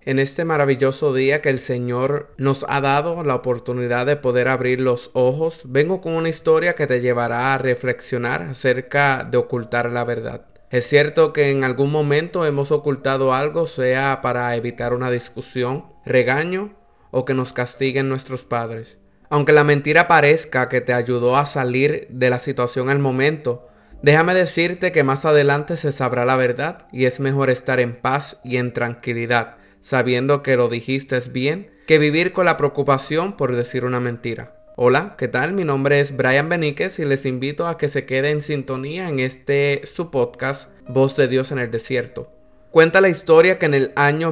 en este maravilloso día que el Señor nos ha dado la oportunidad de poder abrir los ojos, vengo con una historia que te llevará a reflexionar acerca de ocultar la verdad. Es cierto que en algún momento hemos ocultado algo, sea para evitar una discusión, regaño o que nos castiguen nuestros padres. Aunque la mentira parezca que te ayudó a salir de la situación al momento, déjame decirte que más adelante se sabrá la verdad y es mejor estar en paz y en tranquilidad, sabiendo que lo dijiste bien, que vivir con la preocupación por decir una mentira. Hola, ¿qué tal? Mi nombre es Brian Beníquez y les invito a que se queden en sintonía en su podcast, Voz de Dios en el Desierto. Cuenta la historia que en el año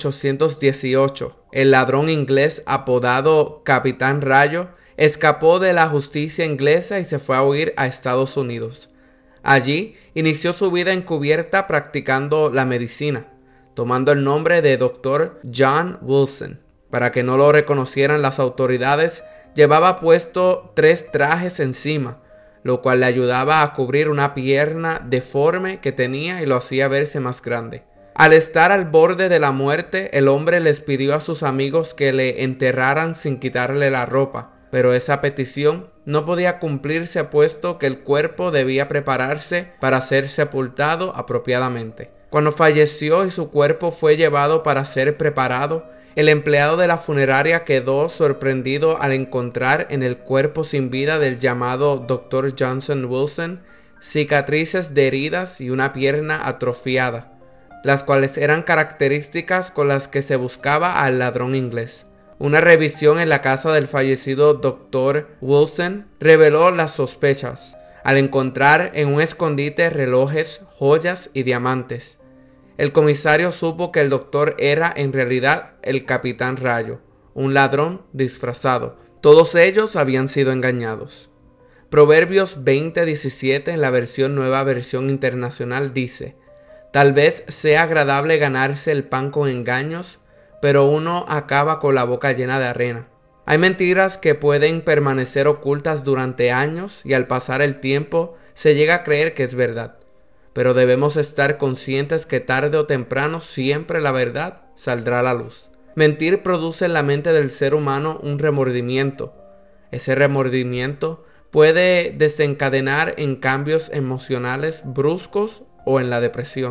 1818, el ladrón inglés apodado Capitán Rayo escapó de la justicia inglesa y se fue a huir a Estados Unidos. Allí inició su vida encubierta practicando la medicina, tomando el nombre de Dr. John Wilson. Para que no lo reconocieran las autoridades, llevaba puesto 3 trajes encima, lo cual le ayudaba a cubrir una pierna deforme que tenía y lo hacía verse más grande. Al estar al borde de la muerte, el hombre les pidió a sus amigos que le enterraran sin quitarle la ropa, pero esa petición no podía cumplirse puesto que el cuerpo debía prepararse para ser sepultado apropiadamente. Cuando falleció y su cuerpo fue llevado para ser preparado, el empleado de la funeraria quedó sorprendido al encontrar en el cuerpo sin vida del llamado Dr. Johnson Wilson cicatrices de heridas y una pierna atrofiada, las cuales eran características con las que se buscaba al ladrón inglés. Una revisión en la casa del fallecido Dr. Wilson reveló las sospechas, al encontrar en un escondite relojes, joyas y diamantes. El comisario supo que el doctor era en realidad el Capitán Rayo, un ladrón disfrazado. Todos ellos habían sido engañados. Proverbios 20:17 en la nueva versión internacional dice: tal vez sea agradable ganarse el pan con engaños, pero uno acaba con la boca llena de arena. Hay mentiras que pueden permanecer ocultas durante años y al pasar el tiempo se llega a creer que es verdad. Pero debemos estar conscientes que tarde o temprano siempre la verdad saldrá a la luz. Mentir produce en la mente del ser humano un remordimiento. Ese remordimiento puede desencadenar en cambios emocionales bruscos o en la depresión.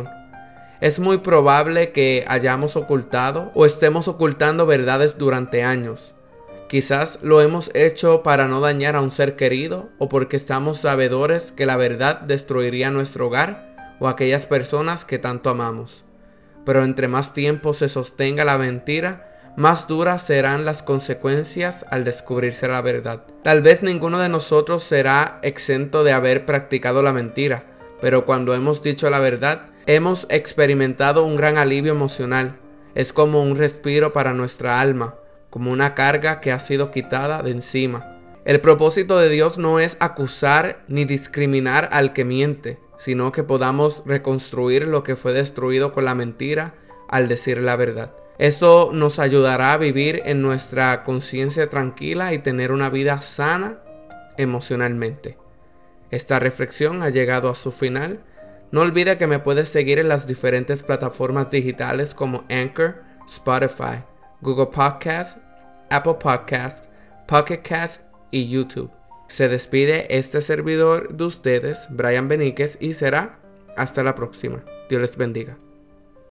Es muy probable que hayamos ocultado o estemos ocultando verdades durante años. Quizás lo hemos hecho para no dañar a un ser querido o porque estamos sabedores que la verdad destruiría nuestro hogar o aquellas personas que tanto amamos. Pero entre más tiempo se sostenga la mentira, más duras serán las consecuencias al descubrirse la verdad. Tal vez ninguno de nosotros será exento de haber practicado la mentira, pero cuando hemos dicho la verdad, hemos experimentado un gran alivio emocional. Es como un respiro para nuestra alma, como una carga que ha sido quitada de encima. El propósito de Dios no es acusar ni discriminar al que miente, sino que podamos reconstruir lo que fue destruido con la mentira al decir la verdad. Eso nos ayudará a vivir en nuestra conciencia tranquila y tener una vida sana emocionalmente. Esta reflexión ha llegado a su final. No olvide que me puedes seguir en las diferentes plataformas digitales como Anchor, Spotify, Google Podcasts, Apple Podcasts, Pocket Casts y YouTube. Se despide este servidor de ustedes, Brian Beníquez, y será hasta la próxima. Dios les bendiga.